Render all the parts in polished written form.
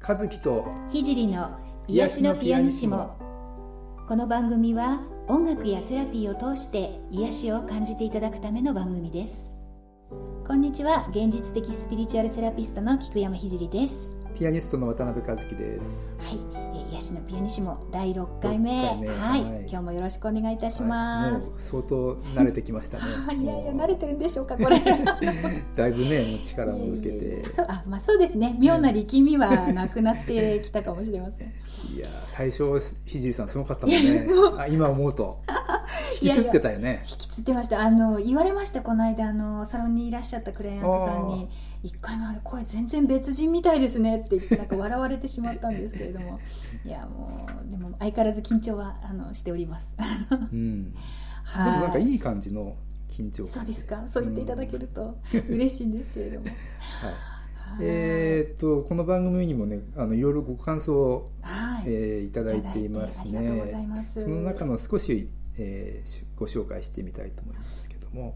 和樹と聖の癒しのピアニッシモ。この番組は音楽やセラピーを通して癒しを感じていただくための番組です。こんにちは、現実的スピリチュアルセラピストの菊山聖です。 ピアニストの渡辺和樹です。 はい、癒しのピアニッシモ第6回目、はい、今日もよろしくお願いいたします。 もう相当慣れてきましたね。 いや慣れてるんでしょうかこれだいぶね力も抜けてそうですね、妙な力みはなくなってきたかもしれません。 いや最初聖さんすごかったもんね。今思うと引きつってたよね。 引きつってました。言われました、この間サロンにいらっしゃったクライアントさんに1回目声全然別人みたいですねって言ってなんか笑われてしまったんですけれどもいやもうでも相変わらず緊張はしておりますうん、でもなんかいい感じの緊張感。 そうですか、そう言っていただけると嬉しいんですけれども、 はい、この番組にもねいろいろご感想を、いただいていますね。 ありがとうございます。 その中の少し、ご紹介してみたいと思いますけども、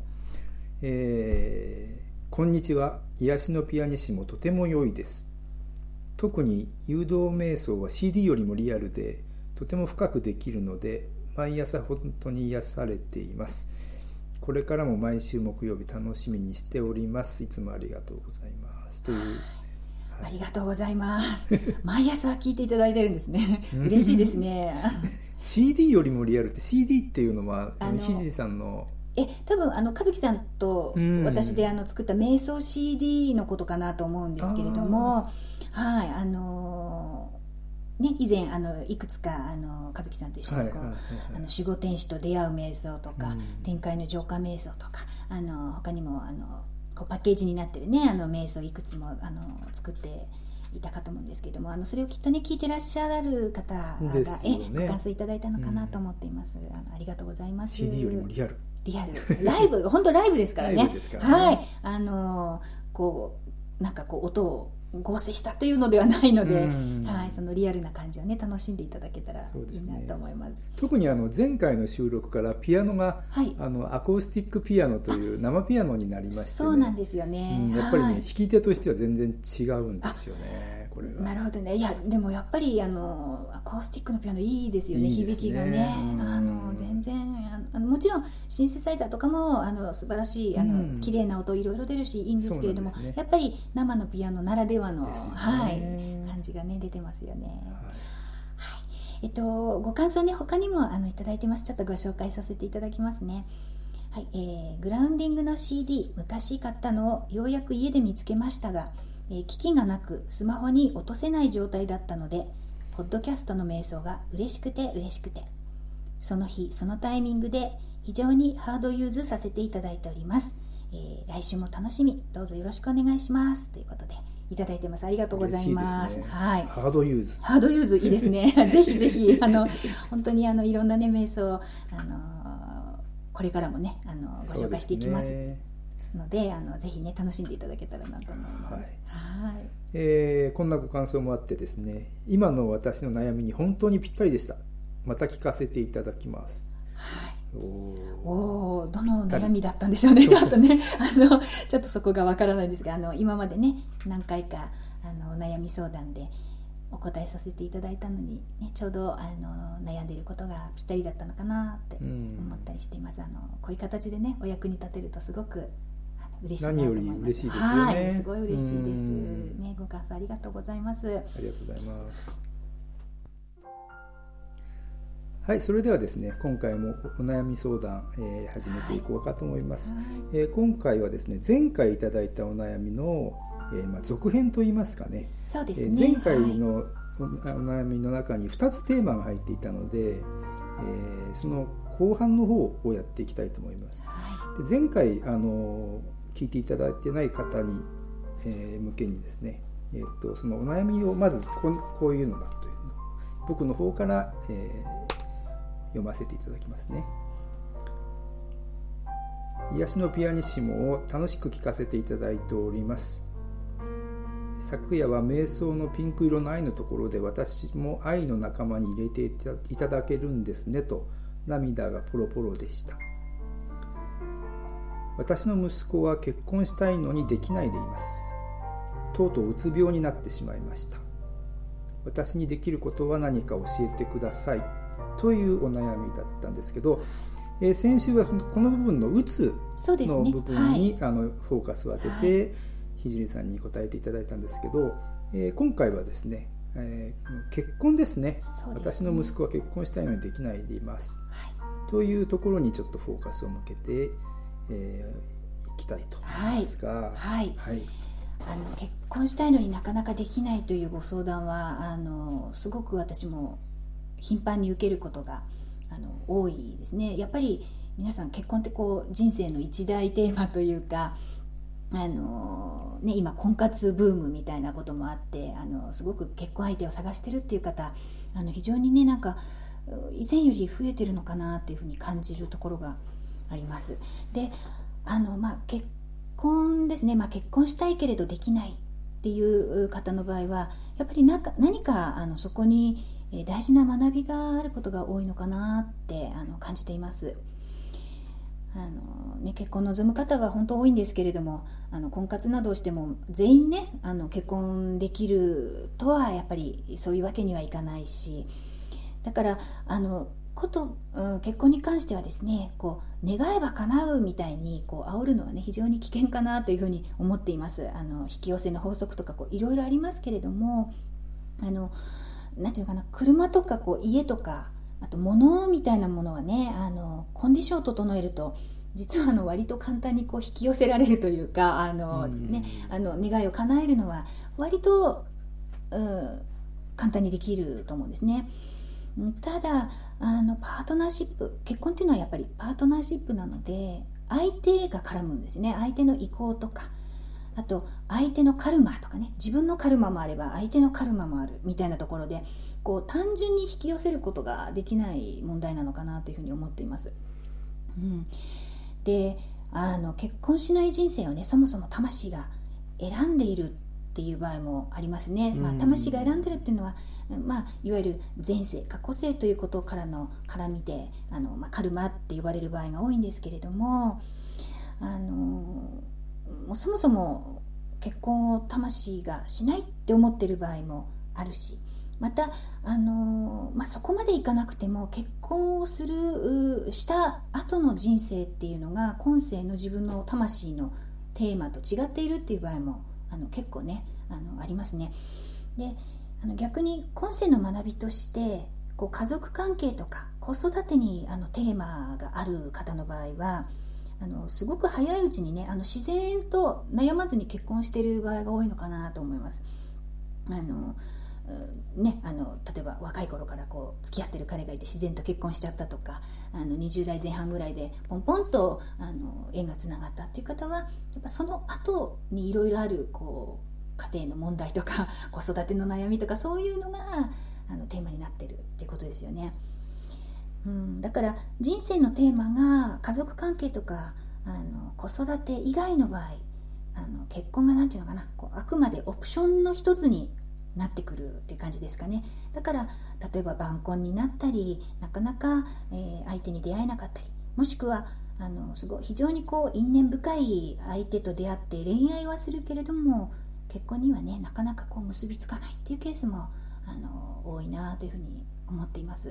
こんにちは、癒しのピアニッシモとても良いです。特に誘導瞑想は CD よりもリアルでとても深くできるので毎朝本当に癒されています。これからも毎週木曜日楽しみにしております。いつもありがとうございますという、 ありがとうございます毎朝聞いていただいてるんですね嬉しいですね CD よりもリアルって CD っていうのは聖さんの多分和樹さんと私で作った瞑想 CD のことかなと思うんですけれども、はい以前いくつか和樹さんと一緒に守護天使と出会う瞑想とか、天界の浄化瞑想とか他にもパッケージになってるね瞑想いくつも作っていたかと思うんですけれどもそれをきっとね聞いてらっしゃる方が、ご感想いただいたのかなと思っています。ありがとうございます。 CD よりもリアルライブ本当ライブですからね。はいこうなんかこう音を合成したというのではないので、そのリアルな感じをね楽しんでいただけたらいいなと思います。 特に前回の収録からピアノが、アコースティックピアノという生ピアノになりまして、ね、 そうなんですよね、 やっぱりね、弾き手としては全然違うんですよねこれが。なるほどね。いやでもやっぱりアコースティックのピアノいいですよね。響きがね全然もちろんシンセサイザーとかも素晴らしい綺麗な音いろいろ出るしいいんですけれども、やっぱり生のピアノならではの、感じがね出てますよね。ご感想ね他にもいただいてます。ちょっとご紹介させていただきますね。グラウンディングの CD 昔買ったのをようやく家で見つけましたが、機器がなくスマホに落とせない状態だったのでポッドキャストの瞑想が嬉しくてその日そのタイミングで非常にハードユーズさせていただいております。来週も楽しみどうぞよろしくお願いしますということでいただいてます。ありがとうございます。 ハードユーズいいですねぜひぜひ本当にいろんなね瞑想これからもねご紹介していきますのでぜひね楽しんでいただけたらなと思います。 こんなご感想もあってですね、今の私の悩みに本当にぴったりでした。また聞かせていただきます。 どの悩みだったんでしょうね。ちょっとねちょっとそこがわからないんですが今までね何回かお悩み相談でお答えさせていただいたのに、ね、ちょうど悩んでいることがぴったりだったのかなって思ったりしています。こういう形でねお役に立てるとすごく嬉しいなと思います。 何より嬉しいですよね。 すごい嬉しいですね。ご感想ありがとうございます。 ありがとうございます。はい、それではですね今回もお悩み相談、始めていこうかと思います。今回はですね前回いただいたお悩みの、続編といいますかね。 そうですね。 前回のお悩みの中に2つテーマが入っていたので、その後半の方をやっていきたいと思います。で前回聞いていただいてない方に、向けにですね、そのお悩みをまずこういうのだというのを僕の方から、読ませていただきますね。癒しのピアニッシモを楽しく聴かせていただいております。昨夜は瞑想のピンク色の愛のところで私も愛の仲間に入れていただけるんですねと涙がポロポロでした。私の息子は結婚したいのにできないでいます。とうとううつ病になってしまいました。 私にできることは何か教えてくださいというお悩みだったんですけど、先週はこの部分のうつの部分に、フォーカスを当てて、ひじりさんに答えていただいたんですけど、今回はですね、結婚ですね。私の息子は結婚したいのにできないでいます、というところにちょっとフォーカスを向けていきたいと思いますが、 結婚したいのになかなかできないというご相談はすごく私も頻繁に受けることが多いですね。やっぱり皆さん結婚って人生の一大テーマというか、今婚活ブームみたいなこともあって、すごく結婚相手を探してるっていう方非常にね、なんか以前より増えてるのかなっていうふうに感じるところがあります。で結婚ですね、結婚したいけれどできないっていう方の場合はやっぱり何かそこに大事な学びがあることが多いのかなって感じています。結婚を望む方は本当多いんですけれども、婚活などをしても全員ね結婚できるとはやっぱりそういうわけにはいかないし、だから結婚に関してはですね、願えば叶うみたいに煽るのはね非常に危険かなというふうに思っています。引き寄せの法則とかいろいろありますけれども、なんていうかな、車とか家とかあと物みたいなものはねコンディションを整えると実は割と簡単に引き寄せられるというか願いを叶えるのは割と簡単にできると思うんですね。ただパートナーシップ、結婚っていうのはやっぱりパートナーシップなので相手が絡むんですね。相手の意向とか、あと相手のカルマとかね、自分のカルマもあれば相手のカルマもあるみたいなところで単純に引き寄せることができない問題なのかなというふうに思っています。で結婚しない人生をねそもそも魂が選んでいるっていう場合もありますね。魂が選んでるっていうのは、いわゆる前世過去世ということから見てカルマって呼ばれる場合が多いんですけれども、もうそもそも結婚を魂がしないって思ってる場合もあるし、またそこまでいかなくても結婚をした後の人生っていうのが今世の自分の魂のテーマと違っているっていう場合も結構ねありますね。で逆に今世の学びとして家族関係とか子育てにテーマがある方の場合はすごく早いうちにね自然と悩まずに結婚している場合が多いのかなと思います。例えば若い頃から付き合ってる彼がいて自然と結婚しちゃったとか、20代前半ぐらいでポンポンと縁がつながったっていう方はやっぱその後にいろいろある家庭の問題とか子育ての悩みとかそういうのがテーマになってるっていうことですよね。だから人生のテーマが家族関係とか子育て以外の場合結婚がなんていうのかなあくまでオプションの一つになってくるっていう感じですかね。だから例えば晩婚になったりなかなか、相手に出会えなかったり、もしくはすごい非常に因縁深い相手と出会って恋愛はするけれども結婚にはねなかなか結びつかないっていうケースも多いなというふうに思っています。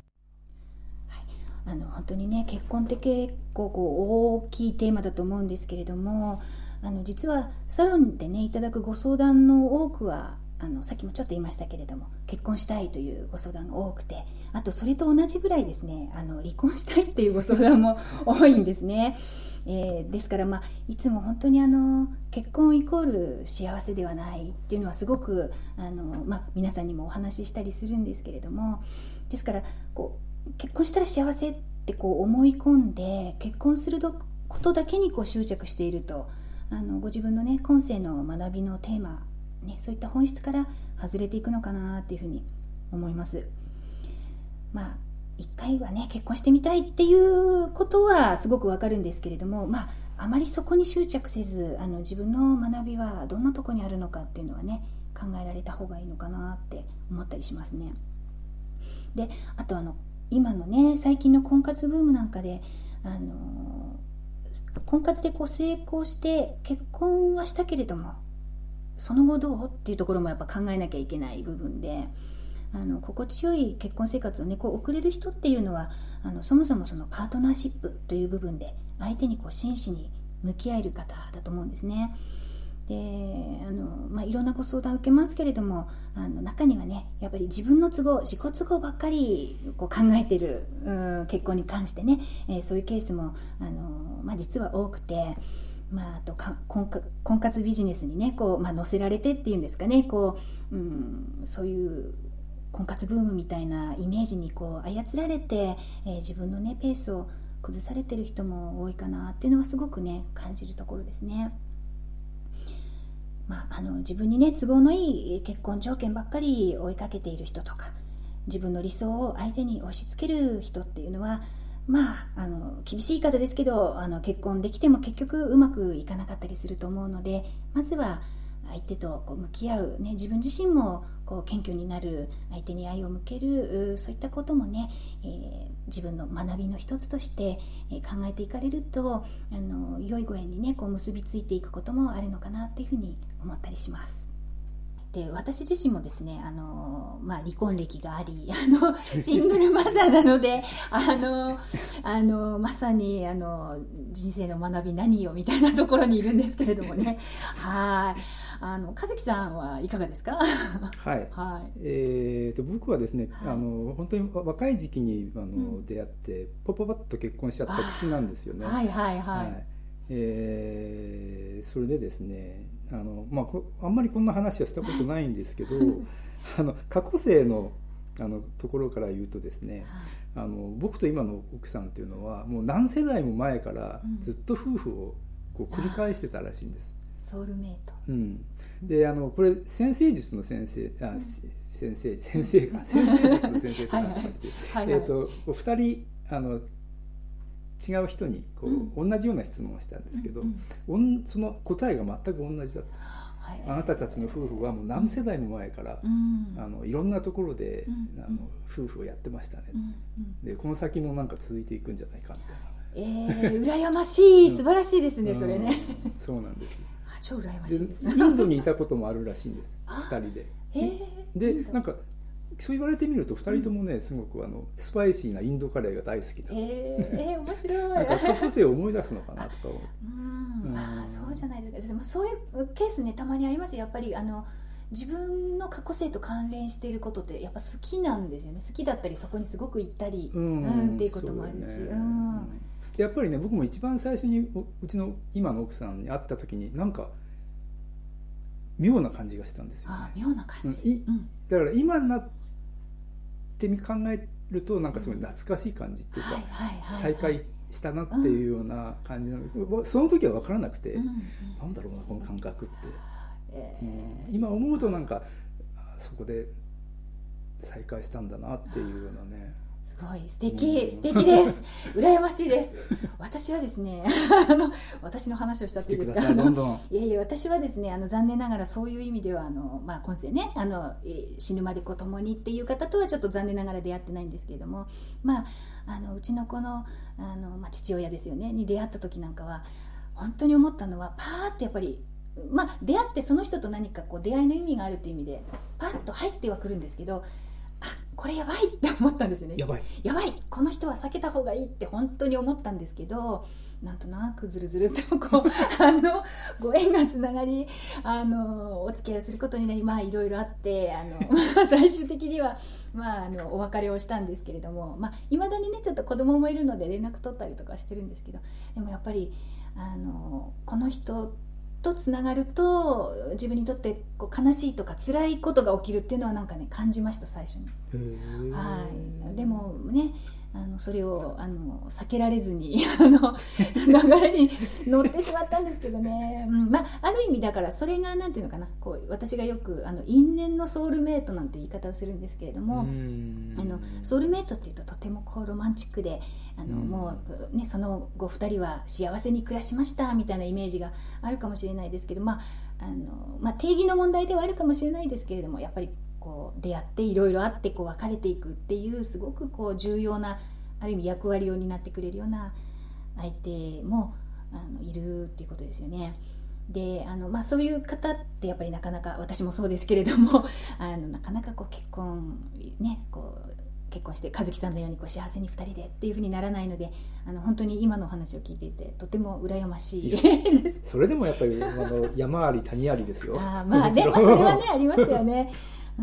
本当にね結婚って結構大きいテーマだと思うんですけれども、実はサロンでねいただくご相談の多くはさっきもちょっと言いましたけれども結婚したいというご相談が多くて、あとそれと同じぐらいですね離婚したいっていうご相談も多いんですね。ですからいつも本当に結婚イコール幸せではないっていうのはすごく皆さんにもお話ししたりするんですけれども、ですから結婚したら幸せって思い込んで結婚することだけに執着しているとご自分のね今世の学びのテーマ、そういった本質から外れていくのかなっていうふうに思います。一回はね結婚してみたいっていうことはすごくわかるんですけれども、あまりそこに執着せず自分の学びはどんなところにあるのかっていうのはね考えられた方がいいのかなって思ったりしますね。であと今のね最近の婚活ブームなんかで婚活で成功して結婚はしたけれどもその後どうっていうところもやっぱ考えなきゃいけない部分で、心地よい結婚生活をね送れる人っていうのはそもそもそのパートナーシップという部分で相手に真摯に向き合える方だと思うんですね。でいろんなご相談を受けますけれども、中にはねやっぱり自分の都合、自己都合ばっかり考えている、結婚に関してね、そういうケースも実は多くて、あと婚活ビジネスにね乗せられてっていうんですかね、そういう婚活ブームみたいなイメージに操られて、自分のねペースを崩されてる人も多いかなっていうのはすごくね感じるところですね。自分にね都合のいい結婚条件ばっかり追いかけている人とか、自分の理想を相手に押し付ける人っていうのは厳しい言い方ですけど結婚できても結局うまくいかなかったりすると思うので、まずは相手と向き合う、自分自身も謙虚になる、相手に愛を向ける、そういったこともね、自分の学びの一つとして考えていかれると良いご縁にね結びついていくこともあるのかなっていうふうに思ったりします。で、私自身もですね離婚歴がありシングルマザーなのでまさに人生の学び何よみたいなところにいるんですけれどもね和樹さんはいかがですか？ はい、はい、僕はですね、本当に若い時期に出会ってポッと結婚しちゃった口なんですよね。それでですねあんまりこんな話はしたことないんですけど過去世のところから言うとですね、僕と今の奥さんっていうのはもう何世代も前からずっと夫婦を繰り返してたらしいんです。 ソウルメイト、 でこれ先生術の先生先生術の先生となってましてお二人違う人に同じような質問をしたんですけど、その答えが全く同じだった。あなたたちの夫婦はもう何世代も前から、いろんなところで夫婦をやってましたね、でこの先もなんか続いていくんじゃないかみたいな。 羨ましい、素晴らしいですね、それね。 そうなんです。 超羨ましいです。 インドにいたこともあるらしいんです2人で。でなんかそう言われてみると2人ともねすごくスパイシーなインドカレーが大好きだ。 面白い。 なんか過去世を思い出すのかなとか思って。 そうじゃないですか。でもそういうケースねたまにありますよ。やっぱり自分の過去世と関連していることってやっぱ好きなんですよね。好きだったりそこにすごく行ったりっていうこともあるし。 やっぱりね僕も一番最初にうちの今の奥さんに会った時になんか妙な感じがしたんですよね。 妙な感じ。 だから今になって考えるとなんかすごい懐かしい感じっていうか再会したなっていうような感じなんですけど、その時は分からなくて、なんだろうなこの感覚って、今思うとなんかそこで再会したんだなっていうようなね。 すごい素敵です羨ましいです。私はですね私の話をしちゃっていいですか？ どんどん。 いや私はですね残念ながらそういう意味では今世ね死ぬまで共にっていう方とはちょっと残念ながら出会ってないんですけれども、うちの子の父親ですよねに出会った時なんかは本当に思ったのはパーってやっぱり出会ってその人と何か出会いの意味があるっていう意味でパッと入ってはくるんですけど、これやばいって思ったんですよね。やばいこの人は避けた方がいいって本当に思ったんですけど、なんとなくずるずるとご縁がつながりお付き合いをすることになりいろいろあって最終的にはお別れをしたんですけれども、いまだにねちょっと子供もいるので連絡取ったりとかしてるんですけど、でもやっぱりこの人とつながると自分にとって悲しいとか辛いことが起きるっていうのはなんかね感じました最初に。でもねそれを避けられずに流れに乗ってしまったんですけどね、ある意味だからそれがなんていうのかな私がよく因縁のソウルメイトなんて言い方をするんですけれども、ソウルメイトっていうととてもロマンチックでもうねその後2人は幸せに暮らしましたみたいなイメージがあるかもしれないですけど、定義の問題ではあるかもしれないですけれども、やっぱり出会っていろいろあって別れていくっていうすごく重要なある意味役割を担ってくれるような相手もいるっていうことですよね。 でそういう方ってやっぱりなかなか、私もそうですけれどもなかなか結婚ね、結婚して和樹さんのように幸せに2人でっていう風にならないので、本当に今のお話を聞いていてとても羨ましいです。 それでもやっぱり山あり谷ありですよ。 まあね、それはねありますよね。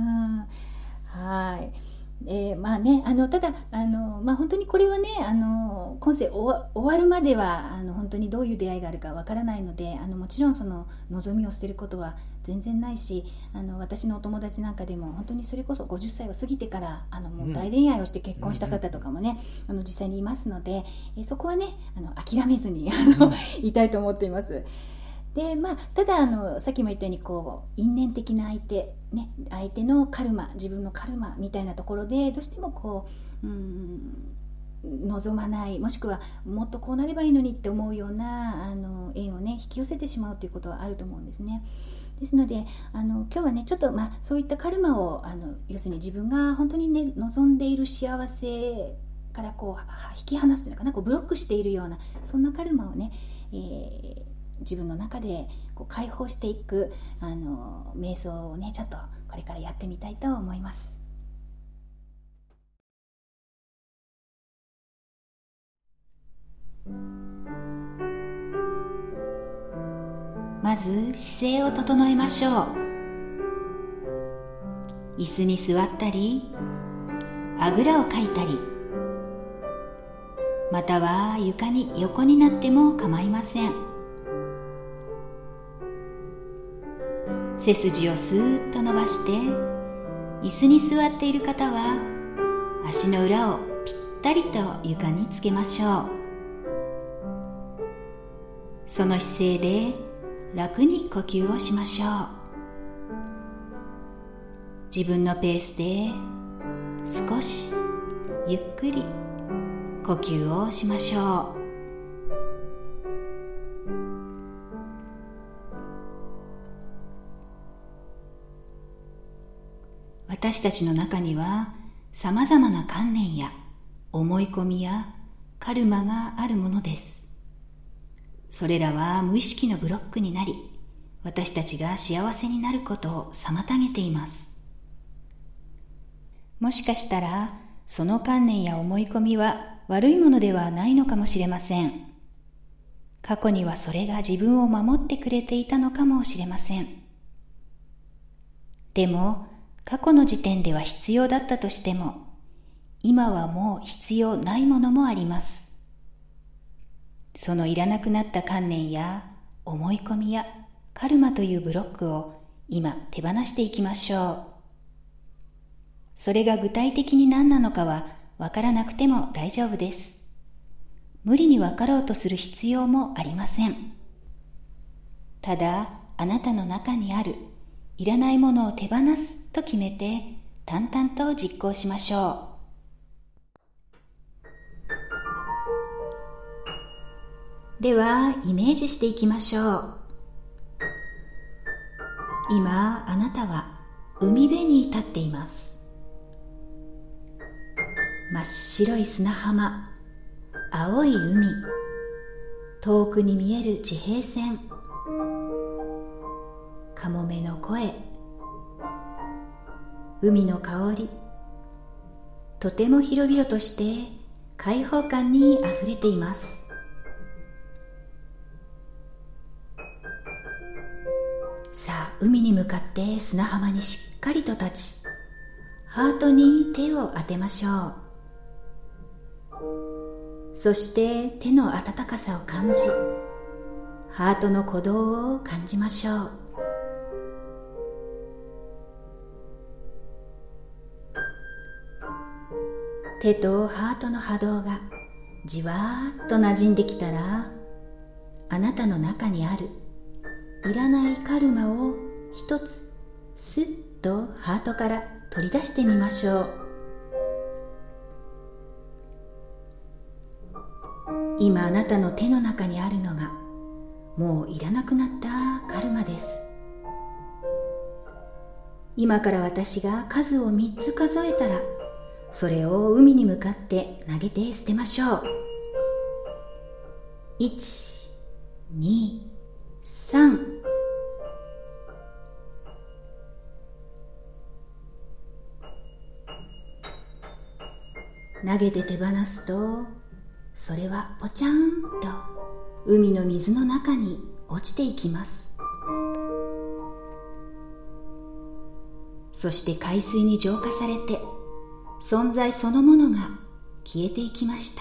はい。ただ本当にこれはね今世終わるまでは本当にどういう出会いがあるかわからないので、もちろんその望みを捨てることは全然ないし、私のお友達なんかでも本当にそれこそ50歳を過ぎてからもう大恋愛をして結婚した方とかもね、実際にいますので、そこはね諦めずにいたいと思っています。でたださっきも言ったように因縁的な相手のカルマ、自分のカルマみたいなところでどうしても望まない、もしくはもっとこうなればいいのにって思うような縁をね引き寄せてしまうということはあると思うんですね。ですので今日はねちょっとそういったカルマを要するに自分が本当にね望んでいる幸せから引き離すというかな、ブロックしているようなそんなカルマをね、自分の中で解放していく瞑想をねちょっとこれからやってみたいと思います。まず姿勢を整えましょう。椅子に座ったりあぐらをかいたり、または床に横になっても構いません。背筋をスーッと伸ばして、椅子に座っている方は足の裏をぴったりと床につけましょう。その姿勢で楽に呼吸をしましょう。自分のペースで少しゆっくり呼吸をしましょう。私たちの中にはさまざまな観念や思い込みやカルマがあるものです。それらは無意識のブロックになり、私たちが幸せになることを妨げています。もしかしたらその観念や思い込みは悪いものではないのかもしれません。過去にはそれが自分を守ってくれていたのかもしれません。でも過去の時点では必要だったとしても、今はもう必要ないものもあります。そのいらなくなった観念や思い込みやカルマというブロックを今手放していきましょう。それが具体的に何なのかはわからなくても大丈夫です。無理にわかろうとする必要もありません。ただあなたの中にあるいらないものを手放すと決めて淡々と実行しましょう。ではイメージしていきましょう。今あなたは海辺に立っています。真っ白い砂浜、青い海、遠くに見える地平線、カモメの声、海の香り、とても広々として開放感にあふれています。さあ、海に向かって砂浜にしっかりと立ち、ハートに手を当てましょう。そして手の温かさを感じ、ハートの鼓動を感じましょう。手とハートの波動がじわーっと馴染んできたら、あなたの中にあるいらないカルマを一つスッとハートから取り出してみましょう。今あなたの手の中にあるのがもういらなくなったカルマです。今から私が数を3つ数えたら、それを海に向かって投げて捨てましょう。1、2、 3、投げて手放すと、それはポチャンと海の水の中に落ちていきます。そして海水に浄化されて、存在そのものが消えていきました。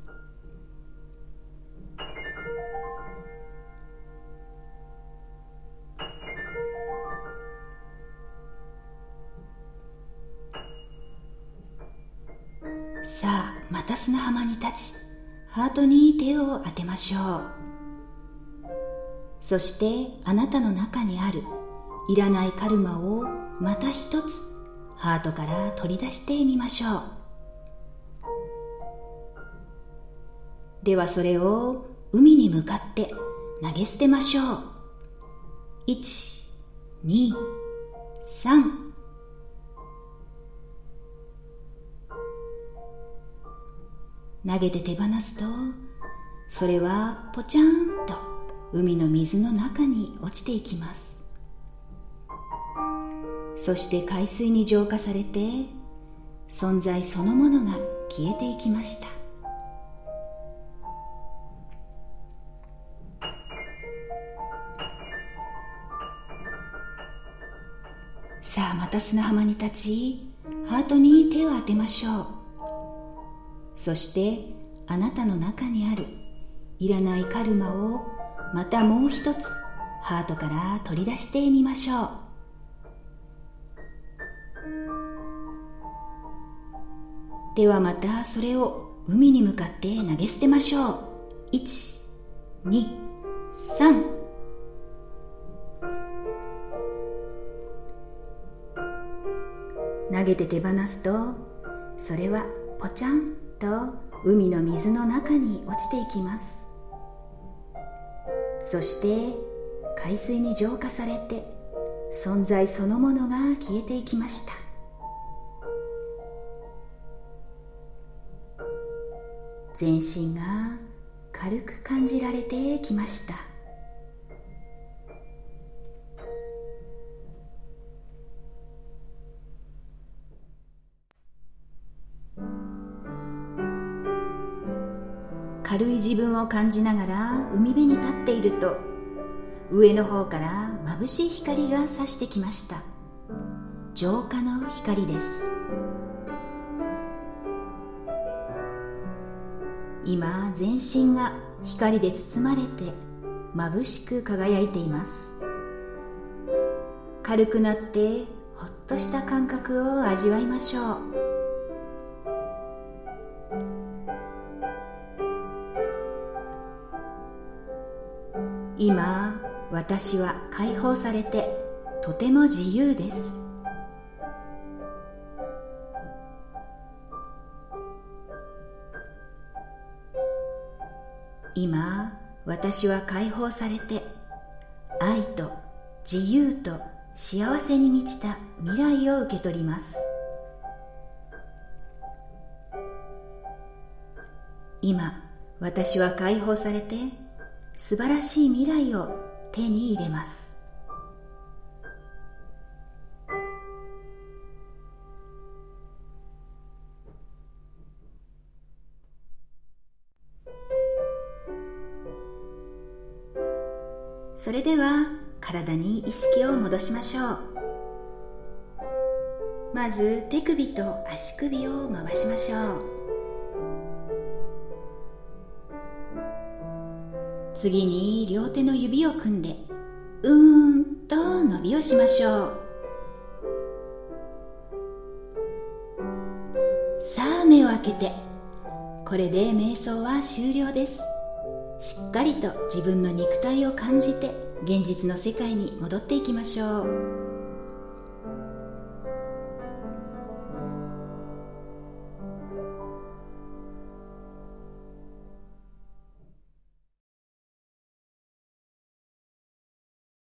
さあ、また砂浜に立ち、ハートに手を当てましょう。そしてあなたの中にあるいらないカルマをまた一つハートから取り出してみましょう。ではそれを海に向かって投げ捨てましょう。1、2、3。投げて手放すと、それはポチャンと海の水の中に落ちていきます。そして海水に浄化されて、存在そのものが消えていきました。さあ、また砂浜に立ち、ハートに手を当てましょう。そしてあなたの中にあるいらないカルマをまたもう一つハートから取り出してみましょう。ではまたそれを海に向かって投げ捨てましょう。1、2、3。投げて手放すと、それはポチャンと海の水の中に落ちていきます。そして海水に浄化されて、存在そのものが消えていきました。全身が軽く感じられてきました。軽い自分を感じながら海辺に立っていると、上の方から眩しい光が差してきました。浄化の光です。今、全身が光で包まれて眩しく輝いています。軽くなってほっとした感覚を味わいましょう。今、私は解放されてとても自由です。今、私は解放されて愛と自由と幸せに満ちた未来を受け取ります。今、私は解放されて素晴らしい未来を手に入れます。それでは体に意識を戻しましょう。まず手首と足首を回しましょう。次に両手の指を組んでうーんと伸びをしましょう。さあ目を開けて、これで瞑想は終了です。しっかりと自分の肉体を感じて現実の世界に戻っていきましょう。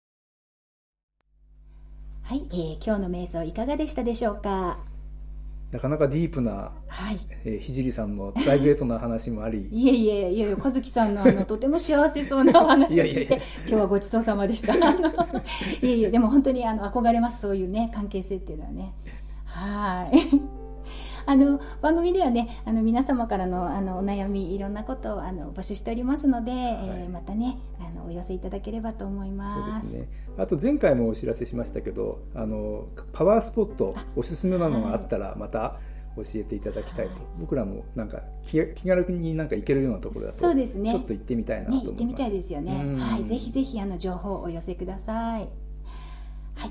はい、今日の瞑想いかがでしたでしょうか。 なかなかディープな、 はい聖さんのプライベートな話もありいえ和樹さんのとても幸せそうなお話を聞いて今日はごちそうさまでしたいえでも本当に憧れます、そういうね関係性っていうのはね。はい番組ではね皆様からのお悩みいろんなことを募集しておりますので、またねお寄せいただければと思います。 そうですね。あと前回もお知らせしましたけどパワースポットおすすめなのがあったらまた教えていただきたいと、僕らもなんか気軽になんか行けるようなところだとそうですね、 ちょっと行ってみたいなと思います。 行ってみたいですよね。はい、ぜひぜひ情報をお寄せください。はい、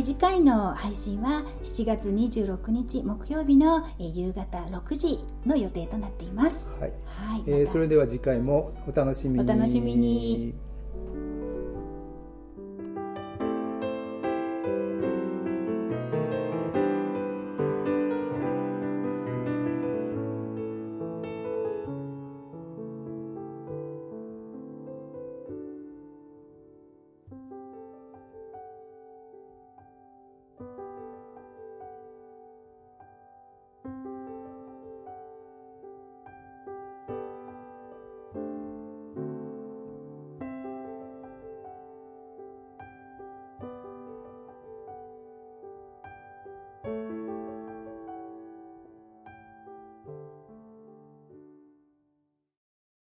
次回の配信は7月26日木曜日の、夕方6時の予定となっています。 はい、それでは次回もお楽しみに。